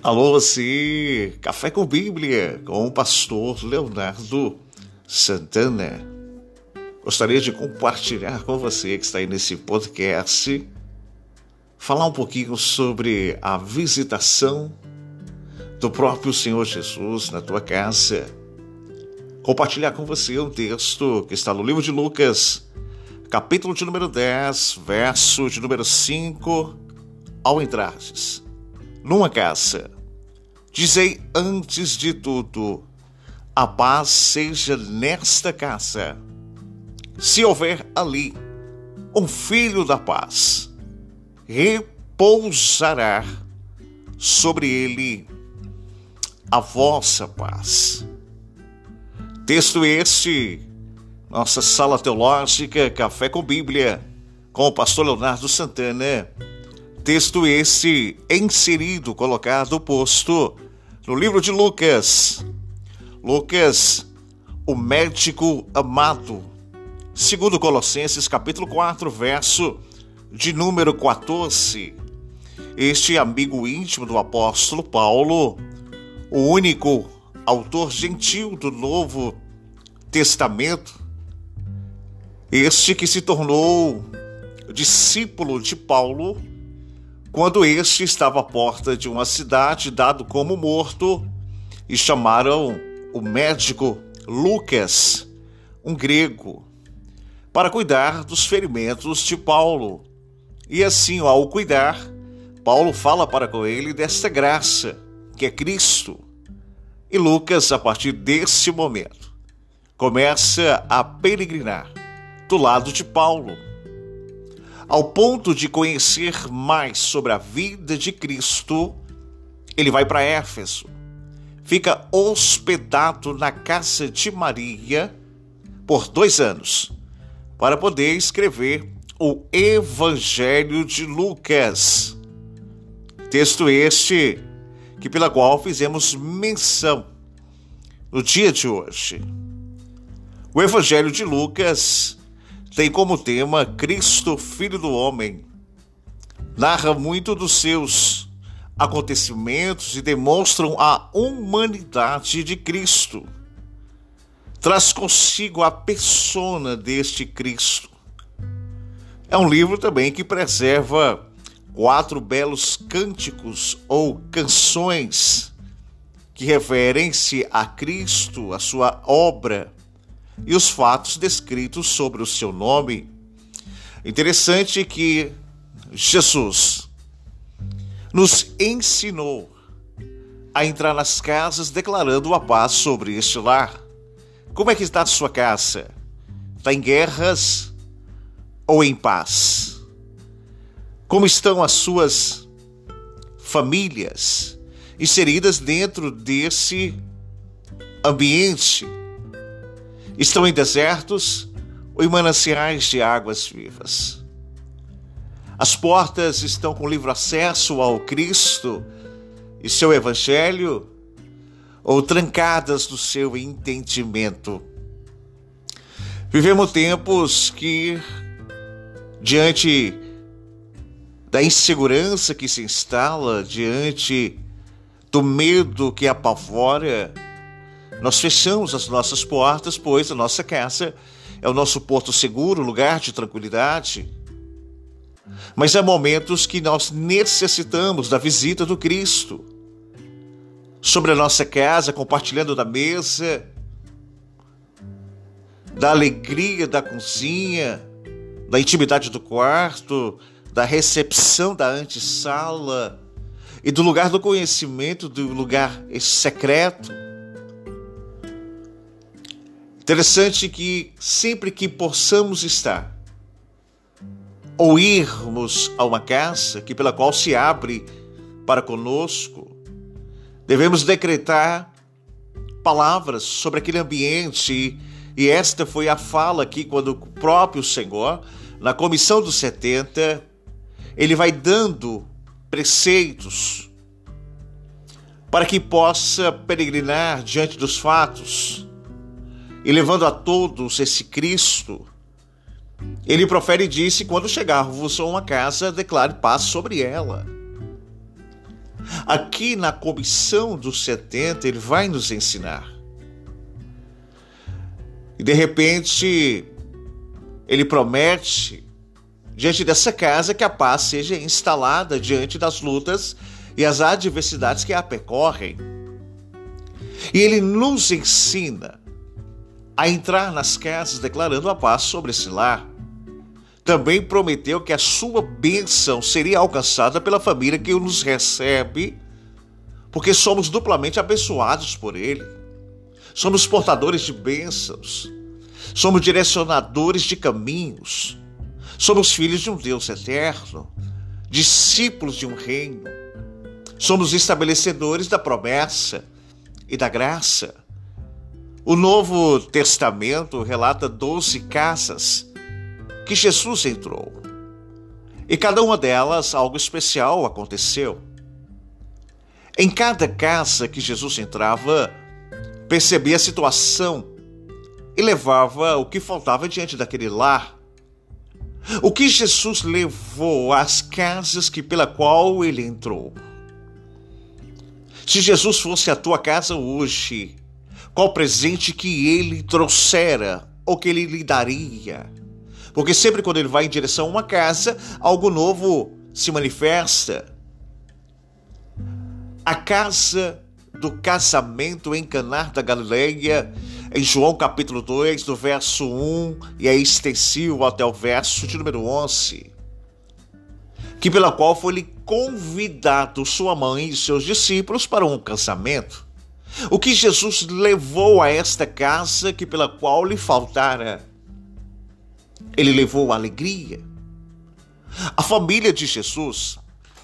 Alô, você! Café com Bíblia, com o pastor Leonardo Santana. Gostaria de compartilhar com você que está aí nesse podcast, falar um pouquinho sobre a visitação do próprio Senhor Jesus na tua casa. Compartilhar com você um texto que está no livro de Lucas, capítulo de número 10, verso de número 5, ao entrardes numa casa, dizei antes de tudo, a paz seja nesta casa. Se houver ali um filho da paz, repousará sobre ele a vossa paz. Texto este, nossa sala teológica, Café com Bíblia, com o pastor Leonardo Santana. Texto esse inserido, colocado, posto no livro de Lucas. Lucas, o médico amado. Segundo Colossenses, capítulo 4, verso de número 14. Este amigo íntimo do apóstolo Paulo, o único autor gentil do Novo Testamento, este que se tornou discípulo de Paulo quando este estava à porta de uma cidade, dado como morto, e chamaram o médico Lucas, um grego, para cuidar dos ferimentos de Paulo. E assim, ao cuidar, Paulo fala para com ele desta graça, que é Cristo. E Lucas, a partir desse momento, começa a peregrinar do lado de Paulo, ao ponto de conhecer mais sobre a vida de Cristo. Ele vai para Éfeso, fica hospedado na casa de Maria por 2 anos, para poder escrever o Evangelho de Lucas. Texto este que pela qual fizemos menção no dia de hoje. O Evangelho de Lucas tem como tema Cristo, Filho do Homem. Narra muito dos seus acontecimentos e demonstram a humanidade de Cristo. Traz consigo a persona deste Cristo. É um livro também que preserva 4 belos cânticos ou canções que referem-se a Cristo, a sua obra e os fatos descritos sobre o seu nome. Interessante que Jesus nos ensinou a entrar nas casas declarando a paz sobre este lar. Como é que está a sua casa? Está em guerras ou em paz? Como estão as suas famílias inseridas dentro desse ambiente? Estão em desertos ou em mananciais de águas vivas? As portas estão com livre acesso ao Cristo e seu Evangelho, ou trancadas no seu entendimento? Vivemos tempos que, diante da insegurança que se instala, diante do medo que apavora, nós fechamos as nossas portas, pois a nossa casa é o nosso porto seguro, lugar de tranquilidade. Mas há momentos que nós necessitamos da visita do Cristo sobre a nossa casa, compartilhando da mesa, da alegria da cozinha, da intimidade do quarto, da recepção da antessala e do lugar do conhecimento, do lugar secreto. Interessante que sempre que possamos estar ou irmos a uma casa que pela qual se abre para conosco, devemos decretar palavras sobre aquele ambiente. E esta foi a fala aqui quando o próprio Senhor, na comissão dos 70, ele vai dando preceitos para que possa peregrinar diante dos fatos e levando a todos esse Cristo. Ele profere e disse: quando chegar-vos a uma casa, declare paz sobre ela. Aqui na comissão dos 70, ele vai nos ensinar. E de repente, ele promete, diante dessa casa, que a paz seja instalada diante das lutas e as adversidades que a percorrem. E ele nos ensina a entrar nas casas declarando a paz sobre esse lar. Também prometeu que a sua bênção seria alcançada pela família que nos recebe, porque somos duplamente abençoados por ele. Somos portadores de bênçãos, somos direcionadores de caminhos, somos filhos de um Deus eterno, discípulos de um reino, somos estabelecedores da promessa e da graça. O Novo Testamento relata 12 casas que Jesus entrou, e cada uma delas algo especial aconteceu. Em cada casa que Jesus entrava, percebia a situação e levava o que faltava diante daquele lar. O que Jesus levou às casas pela qual ele entrou? Se Jesus fosse à tua casa hoje, qual presente que ele trouxera ou que ele lhe daria? Porque sempre quando ele vai em direção a uma casa, algo novo se manifesta. A casa do casamento em Caná da Galileia, em João capítulo 2, do verso 1, e é extensivo até o verso de número 11, que pela qual foi-lhe convidado sua mãe e seus discípulos para um casamento. O que Jesus levou a esta casa pela qual lhe faltara? Ele levou alegria. A família de Jesus,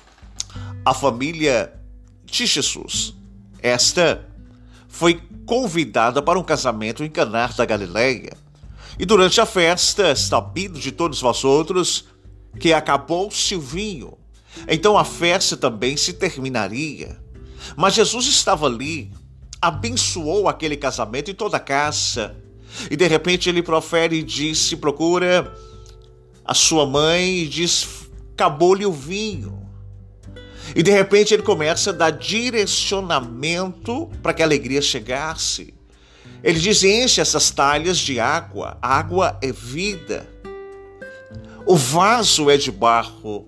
esta foi convidada para um casamento em Caná da Galileia. E durante a festa, sabido de todos vós outros que acabou-se o vinho. Então a festa também se terminaria. Mas Jesus estava ali, abençoou aquele casamento e toda a casa. E de repente ele profere e disse, procura a sua mãe e diz, acabou-lhe o vinho. E de repente ele começa a dar direcionamento para que a alegria chegasse. Ele diz, enche essas talhas de água. A água é vida. O vaso é de barro,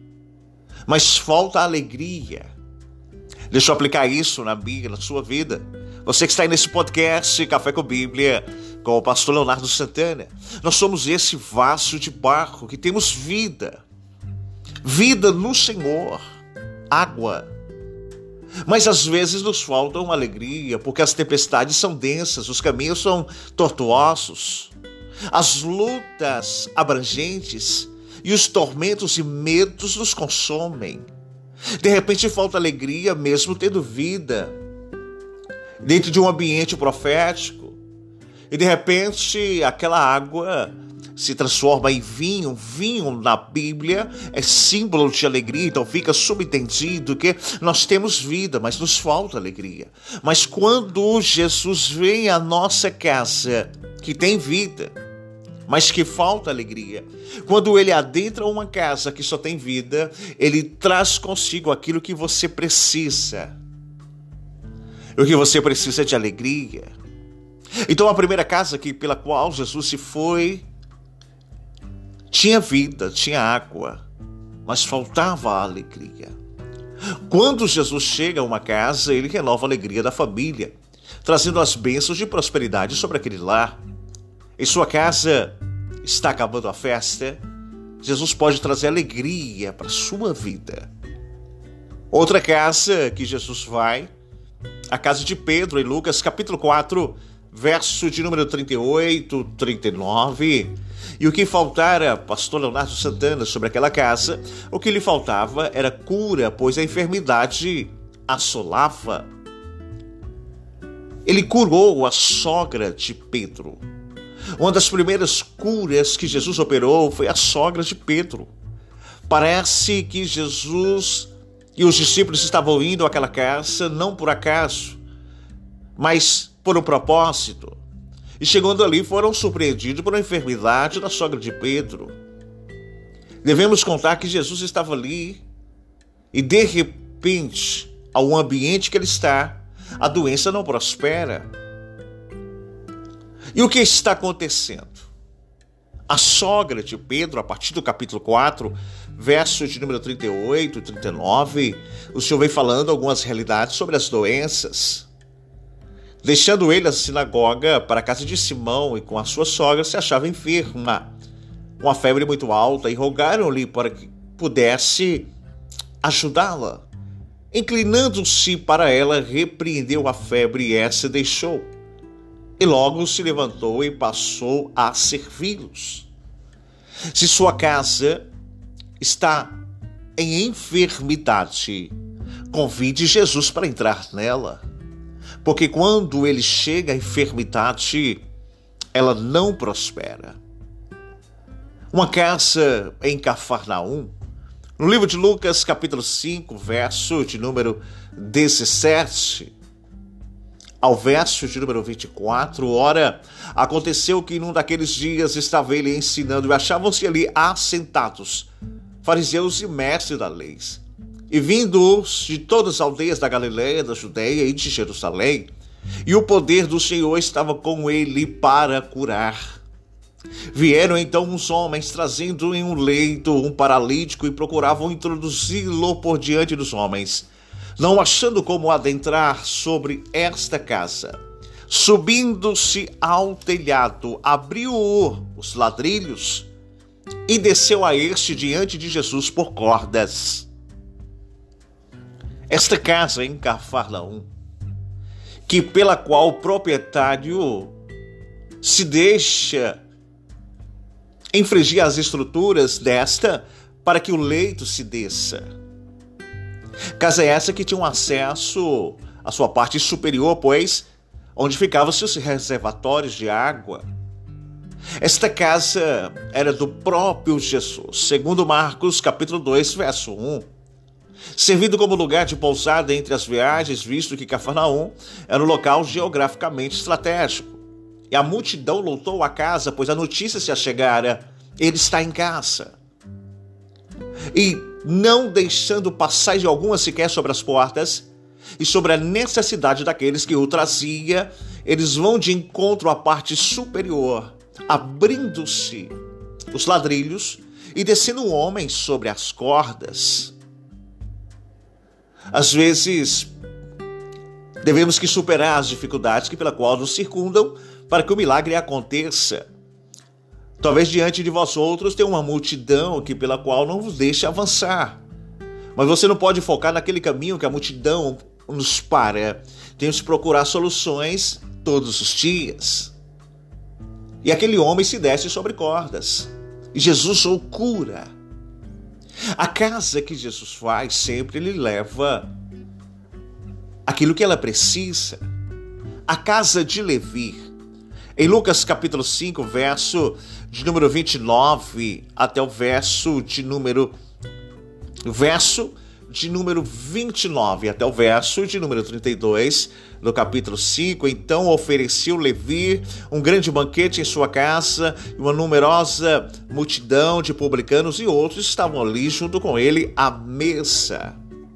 mas falta alegria. Deixa eu aplicar isso na Bíblia, na sua vida. Você que está aí nesse podcast, Café com Bíblia, com o pastor Leonardo Santana. Nós somos esse vaso de barro que temos vida. Vida no Senhor. Água. Mas às vezes nos falta uma alegria, porque as tempestades são densas, os caminhos são tortuosos, as lutas abrangentes e os tormentos e medos nos consomem. De repente falta alegria mesmo tendo vida dentro de um ambiente profético, e de repente aquela água se transforma em vinho. Vinho na Bíblia é símbolo de alegria, então fica subentendido que nós temos vida, mas nos falta alegria. Mas quando Jesus vem à nossa casa, que tem vida, mas que falta alegria, quando ele adentra uma casa que só tem vida, ele traz consigo aquilo que você precisa. O que você precisa é de alegria. Então a primeira casa pela qual Jesus se foi, tinha vida, tinha água, mas faltava a alegria. Quando Jesus chega a uma casa, ele renova a alegria da família, trazendo as bênçãos de prosperidade sobre aquele lar. Em sua casa está acabando a festa, Jesus pode trazer alegria para a sua vida. Outra casa que Jesus vai, a casa de Pedro, em Lucas capítulo 4, verso de número 38, 39. E o que faltara, pastor Leonardo Santana, sobre aquela casa, o que lhe faltava era cura, pois a enfermidade assolava. Ele curou a sogra de Pedro. Uma das primeiras curas que Jesus operou foi a sogra de Pedro. Parece que Jesus e os discípulos estavam indo àquela casa não por acaso, mas por um propósito. E chegando ali foram surpreendidos por uma enfermidade da sogra de Pedro. Devemos contar que Jesus estava ali e de repente ao ambiente que ele está, a doença não prospera. E o que está acontecendo? A sogra de Pedro, a partir do capítulo 4, versos de número 38 e 39, o Senhor vem falando algumas realidades sobre as doenças. Deixando ele a sinagoga para a casa de Simão e com a sua sogra se achava enferma, com a febre muito alta, e rogaram-lhe para que pudesse ajudá-la. Inclinando-se para ela, repreendeu a febre e essa deixou. E logo se levantou e passou a servi-los. Se sua casa está em enfermidade, convide Jesus para entrar nela. Porque quando ele chega à enfermidade, ela não prospera. Uma casa em Cafarnaum, no livro de Lucas, capítulo 5, verso de número 17, ao verso de número 24, ora, aconteceu que num daqueles dias estava ele ensinando e achavam-se ali assentados fariseus e mestres da lei. E vindos de todas as aldeias da Galileia, da Judeia e de Jerusalém, e o poder do Senhor estava com ele para curar. Vieram então uns homens trazendo em um leito um paralítico e procuravam introduzi-lo por diante dos homens. Não achando como adentrar sobre esta casa, subindo-se ao telhado, abriu os ladrilhos e desceu a este diante de Jesus por cordas. Esta casa em Cafarnaum, que pela qual o proprietário se deixa infringir as estruturas desta para que o leito se desça. Casa essa que tinha um acesso à sua parte superior, pois onde ficavam seus reservatórios de água. Esta casa era do próprio Jesus, segundo Marcos capítulo 2, verso 1. Servindo como lugar de pousada entre as viagens, visto que Cafarnaum era um local geograficamente estratégico. E a multidão lotou a casa, pois a notícia se achegara: ele está em casa. E não deixando passagem alguma sequer sobre as portas e sobre a necessidade daqueles que o trazia, eles vão de encontro à parte superior, abrindo-se os ladrilhos e descendo o homem sobre as cordas. Às vezes, devemos que superar as dificuldades que pela qual nos circundam para que o milagre aconteça. Talvez diante de vós outros tenha uma multidão que pela qual não vos deixe avançar. Mas você não pode focar naquele caminho que a multidão nos para. Temos que procurar soluções todos os dias. E aquele homem se desce sobre cordas. E Jesus o cura. A casa que Jesus faz sempre ele leva aquilo que ela precisa. A casa de Levi. Em Lucas capítulo 5, verso de número 29 até o verso de número 29 até o verso de número 32, no capítulo 5, então ofereceu Levi um grande banquete em sua casa, e uma numerosa multidão de publicanos e outros estavam ali junto com ele à mesa.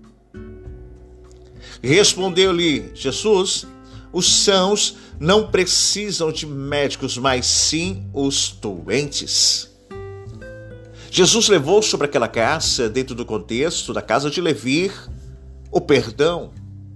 Respondeu-lhe Jesus: os sãos não precisam de médicos, mas sim os doentes. Jesus levou sobre aquela casa, dentro do contexto da casa de Levi, o perdão.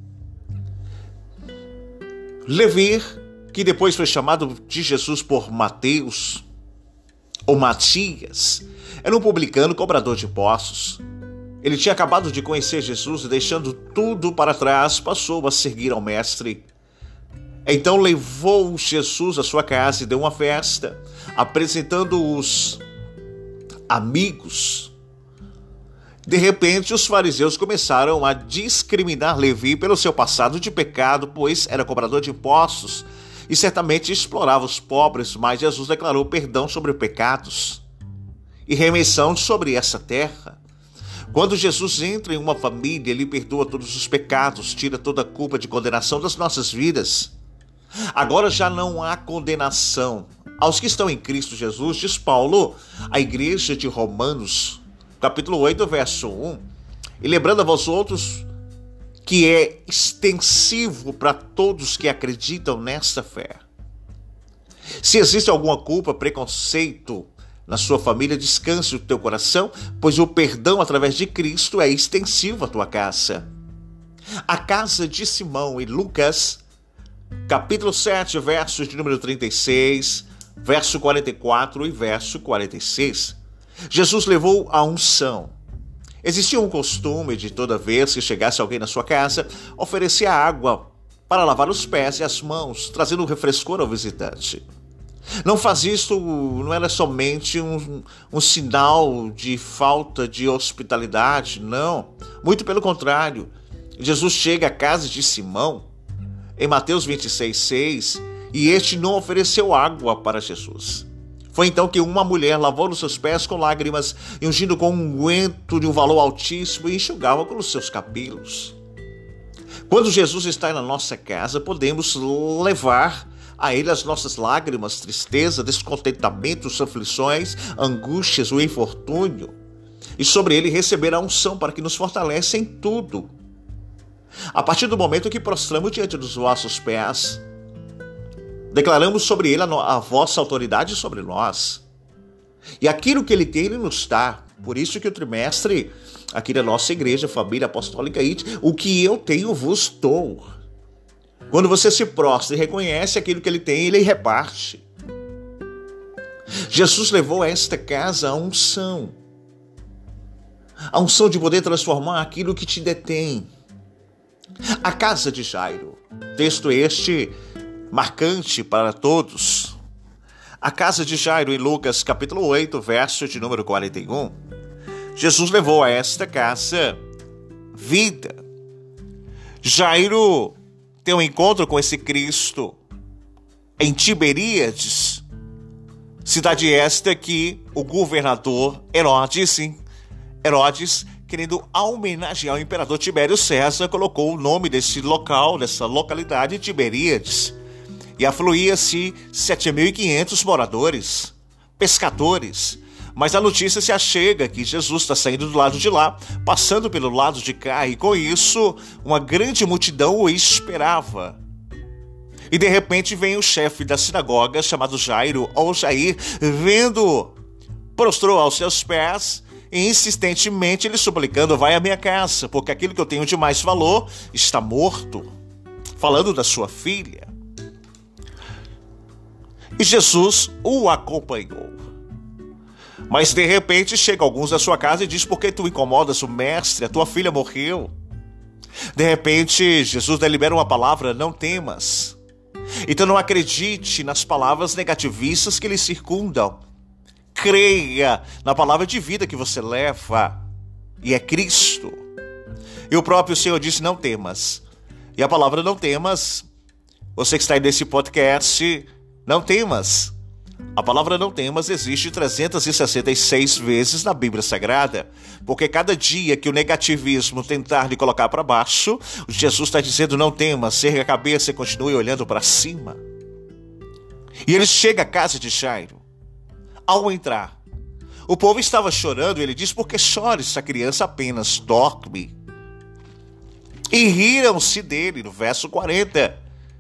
Levi, que depois foi chamado de Jesus por Mateus, ou Matias, era um publicano cobrador de impostos. Ele tinha acabado de conhecer Jesus e, deixando tudo para trás, passou a seguir ao Mestre. Então levou Jesus à sua casa e deu uma festa, apresentando os amigos. De repente, os fariseus começaram a discriminar Levi pelo seu passado de pecado, pois era cobrador de impostos e certamente explorava os pobres, mas Jesus declarou perdão sobre pecados e remissão sobre essa terra. Quando Jesus entra em uma família, ele perdoa todos os pecados, tira toda a culpa de condenação das nossas vidas. Agora já não há condenação aos que estão em Cristo Jesus, diz Paulo à igreja de Romanos, capítulo 8, verso 1. E lembrando a vós outros que é extensivo para todos que acreditam nesta fé. Se existe alguma culpa, preconceito na sua família, descanse o teu coração, pois o perdão através de Cristo é extensivo à tua casa. A casa de Simão, em Lucas, capítulo 7, versos de número 36, verso 44 e verso 46. Jesus levou a unção. Existia um costume de toda vez que chegasse alguém na sua casa, oferecer água para lavar os pés e as mãos, trazendo um refrescor ao visitante. Não faz isso, não era somente um sinal de falta de hospitalidade, não. Muito pelo contrário. Jesus chega à casa de Simão, em Mateus 26:6, e este não ofereceu água para Jesus. Foi então que uma mulher lavou os seus pés com lágrimas e ungindo com um unguento de um valor altíssimo e enxugava com os seus cabelos. Quando Jesus está na nossa casa, podemos levar a Ele as nossas lágrimas, tristeza, descontentamento, aflições, angústias, o infortúnio, e sobre Ele receber a unção para que nos fortaleça em tudo. A partir do momento que prostramos diante dos vossos pés, declaramos sobre Ele a vossa autoridade sobre nós. E aquilo que Ele tem, Ele nos dá. Por isso que o trimestre aqui da nossa igreja, Família Apostólica IT, o que eu tenho vos dou. Quando você se prostra e reconhece aquilo que Ele tem, Ele reparte. Jesus levou a esta casa a unção. A unção de poder transformar aquilo que te detém. A casa de Jairo. Texto este marcante para todos. A casa de Jairo, em Lucas capítulo 8, verso de número 41. Jesus levou a esta casa vida. Jairo tem um encontro com esse Cristo em Tiberíades, cidade esta que o governador Herodes, querendo homenagear o imperador Tibério César, colocou o nome desse local, dessa localidade, Tiberíades. E afluía-se 7.500 moradores, pescadores. Mas a notícia se achega que Jesus está saindo do lado de lá, passando pelo lado de cá, e com isso uma grande multidão o esperava. E de repente vem o chefe da sinagoga, chamado Jairo, ou Jair, vendo, prostrou aos seus pés, e insistentemente ele suplicando: vai à minha casa, porque aquilo que eu tenho de mais valor está morto. Falando da sua filha. E Jesus o acompanhou. Mas de repente chega alguns da sua casa e diz: por que tu incomodas o mestre? A tua filha morreu. De repente Jesus delibera uma palavra: não temas. Então não acredite nas palavras negativistas que lhe circundam. Creia na palavra de vida que você leva, e é Cristo. E o próprio Senhor disse: não temas. E a palavra não temas, você que está aí nesse podcast, não temas. A palavra não temas existe 366 vezes na Bíblia Sagrada, porque cada dia que o negativismo tentar lhe colocar para baixo, Jesus está dizendo: não temas, erga a cabeça e continue olhando para cima. E ele chega à casa de Jairo. Ao entrar, o povo estava chorando e ele diz: por que chora? Essa criança apenas dorme. E riram-se dele, no verso 40.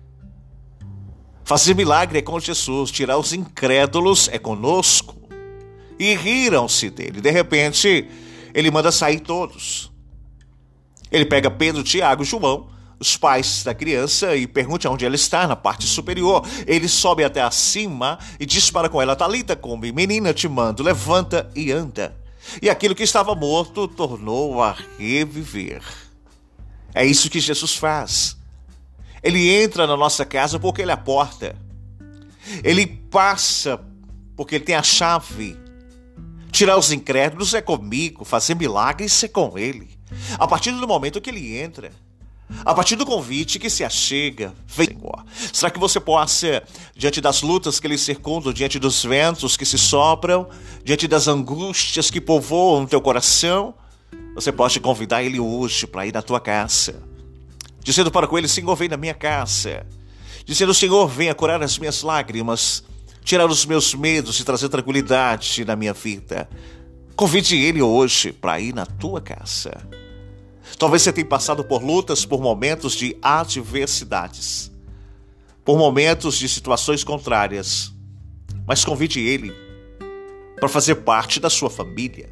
Fazer milagre é com Jesus, tirar os incrédulos é conosco. E riram-se dele. De repente, ele manda sair todos. Ele pega Pedro, Tiago e João, os pais da criança, e pergunta onde ela está, na parte superior. Ele sobe até acima e dispara com ela: Talita cumi, menina, te mando, levanta e anda. E aquilo que estava morto tornou a reviver. É isso que Jesus faz. Ele entra na nossa casa porque ele é a porta. Ele passa porque ele tem a chave. Tirar os incrédulos é comigo, fazer milagres é com ele. A partir do momento que ele entra, a partir do convite que se achega, vem, Senhor. Será que você possa, diante das lutas que lhe circundam, diante dos ventos que se sopram, diante das angústias que povoam o teu coração, você pode convidar ele hoje para ir na tua casa, dizendo para com ele: Senhor, vem na minha casa. Dizendo: Senhor, venha curar as minhas lágrimas, tirar os meus medos e trazer tranquilidade na minha vida. Convide ele hoje para ir na tua casa. Talvez você tenha passado por lutas, por momentos de adversidades, por momentos de situações contrárias, mas convide ele para fazer parte da sua família.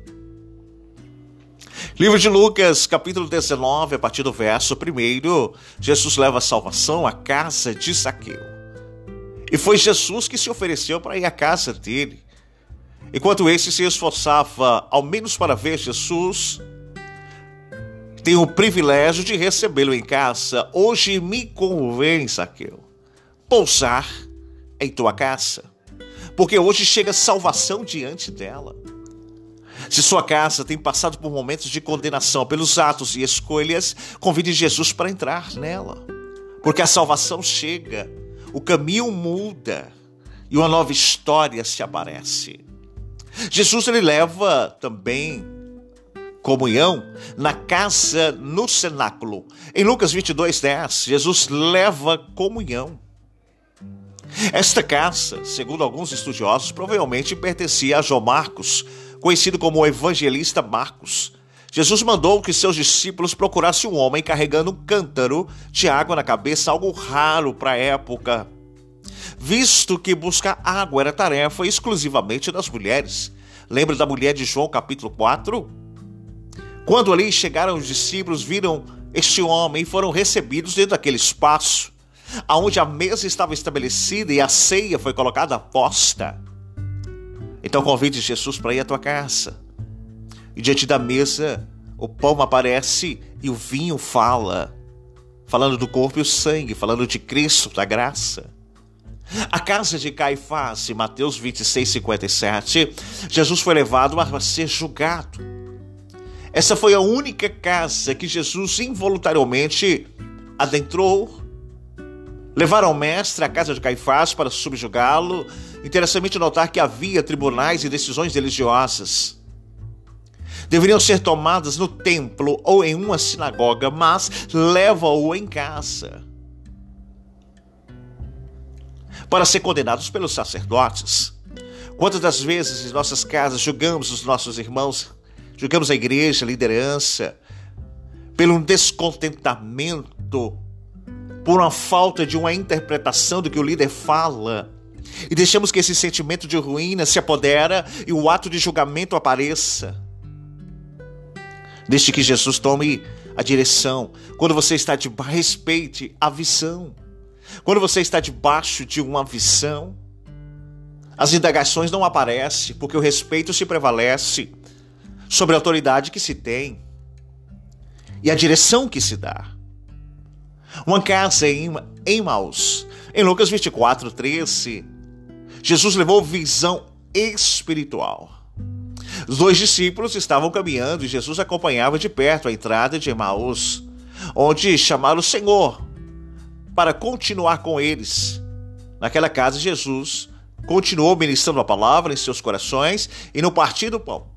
Livro de Lucas, capítulo 19, a partir do verso 1, Jesus leva a salvação à casa de Zaqueu. E foi Jesus que se ofereceu para ir à casa dele. Enquanto esse se esforçava, ao menos para ver Jesus, tem o privilégio de recebê-lo em casa. Hoje me convém, Zaqueu, pousar em tua casa, porque hoje chega salvação diante dela. Se sua casa tem passado por momentos de condenação pelos atos e escolhas, convide Jesus para entrar nela, porque a salvação chega, o caminho muda e uma nova história se aparece. Jesus ele leva também comunhão na casa, no cenáculo. Em Lucas 22:10, Jesus leva comunhão. Esta casa, segundo alguns estudiosos, provavelmente pertencia a João Marcos, conhecido como o evangelista Marcos. Jesus mandou que seus discípulos procurassem um homem carregando um cântaro de água na cabeça, algo raro para a época, visto que buscar água era tarefa exclusivamente das mulheres. Lembra da mulher de João capítulo 4? Quando ali chegaram os discípulos, viram este homem e foram recebidos dentro daquele espaço, aonde a mesa estava estabelecida e a ceia foi colocada à posta. Então convide Jesus para ir à tua casa. E diante da mesa, o pão aparece e o vinho fala, falando do corpo e o sangue, falando de Cristo, da graça. A casa de Caifás, em Mateus 26:57, Jesus foi levado a ser julgado. Essa foi a única casa que Jesus involuntariamente adentrou. Levaram o mestre à casa de Caifás para subjugá-lo. Interessante notar que havia tribunais e decisões religiosas. Deveriam ser tomadas no templo ou em uma sinagoga, mas leva-o em casa para ser condenados pelos sacerdotes. Quantas das vezes em nossas casas julgamos os nossos irmãos, julgamos a igreja, a liderança, pelo descontentamento, por uma falta de uma interpretação do que o líder fala, e deixamos que esse sentimento de ruína se apodera e o ato de julgamento apareça. Deixe que Jesus tome a direção. Quando você está debaixo, respeite a visão. Quando você está debaixo de uma visão, as indagações não aparecem, porque o respeito se prevalece sobre a autoridade que se tem e a direção que se dá. Uma casa em Emaús, em Lucas 24:13, Jesus levou visão espiritual. Os 2 discípulos estavam caminhando e Jesus acompanhava de perto a entrada de Emaús, onde chamaram o Senhor para continuar com eles. Naquela casa, Jesus continuou ministrando a palavra em seus corações e no partir do pão.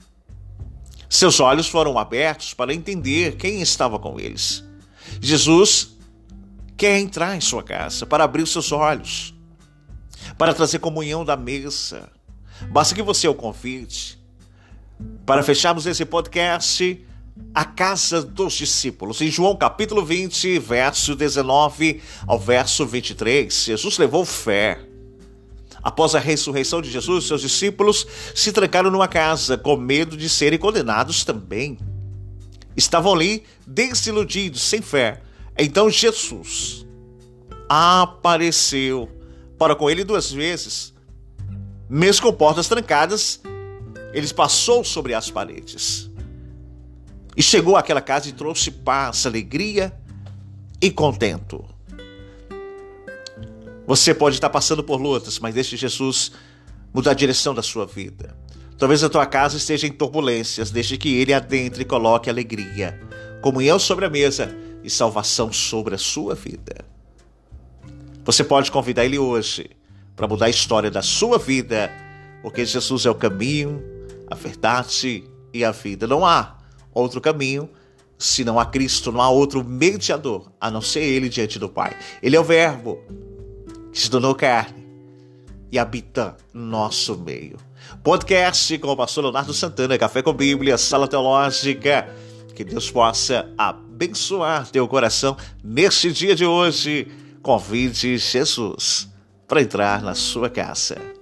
Seus olhos foram abertos para entender quem estava com eles. Jesus quer entrar em sua casa para abrir os seus olhos, para trazer comunhão da mesa. Basta que você o convide. Para fecharmos esse podcast, a casa dos discípulos. Em João capítulo 20, verso 19 ao verso 23, Jesus levou fé. Após a ressurreição de Jesus, seus discípulos se trancaram numa casa com medo de serem condenados também. Estavam ali desiludidos, sem fé. Então Jesus apareceu para com ele 2 vezes. Mesmo com portas trancadas, ele passou sobre as paredes. E chegou àquela casa e trouxe paz, alegria e contento. Você pode estar passando por lutas, mas deixe Jesus mudar a direção da sua vida. Talvez a tua casa esteja em turbulências, deixe que ele adentre e coloque alegria, comunhão sobre a mesa e salvação sobre a sua vida. Você pode convidar ele hoje para mudar a história da sua vida, porque Jesus é o caminho, a verdade e a vida. Não há outro caminho, senão a Cristo, não há outro mediador, a não ser ele diante do Pai. Ele é o Verbo que se tornou carne e habita no nosso meio. Podcast com o pastor Leonardo Santana, Café com Bíblia, Sala Teológica. Que Deus possa abençoar teu coração neste dia de hoje. Convide Jesus para entrar na sua casa.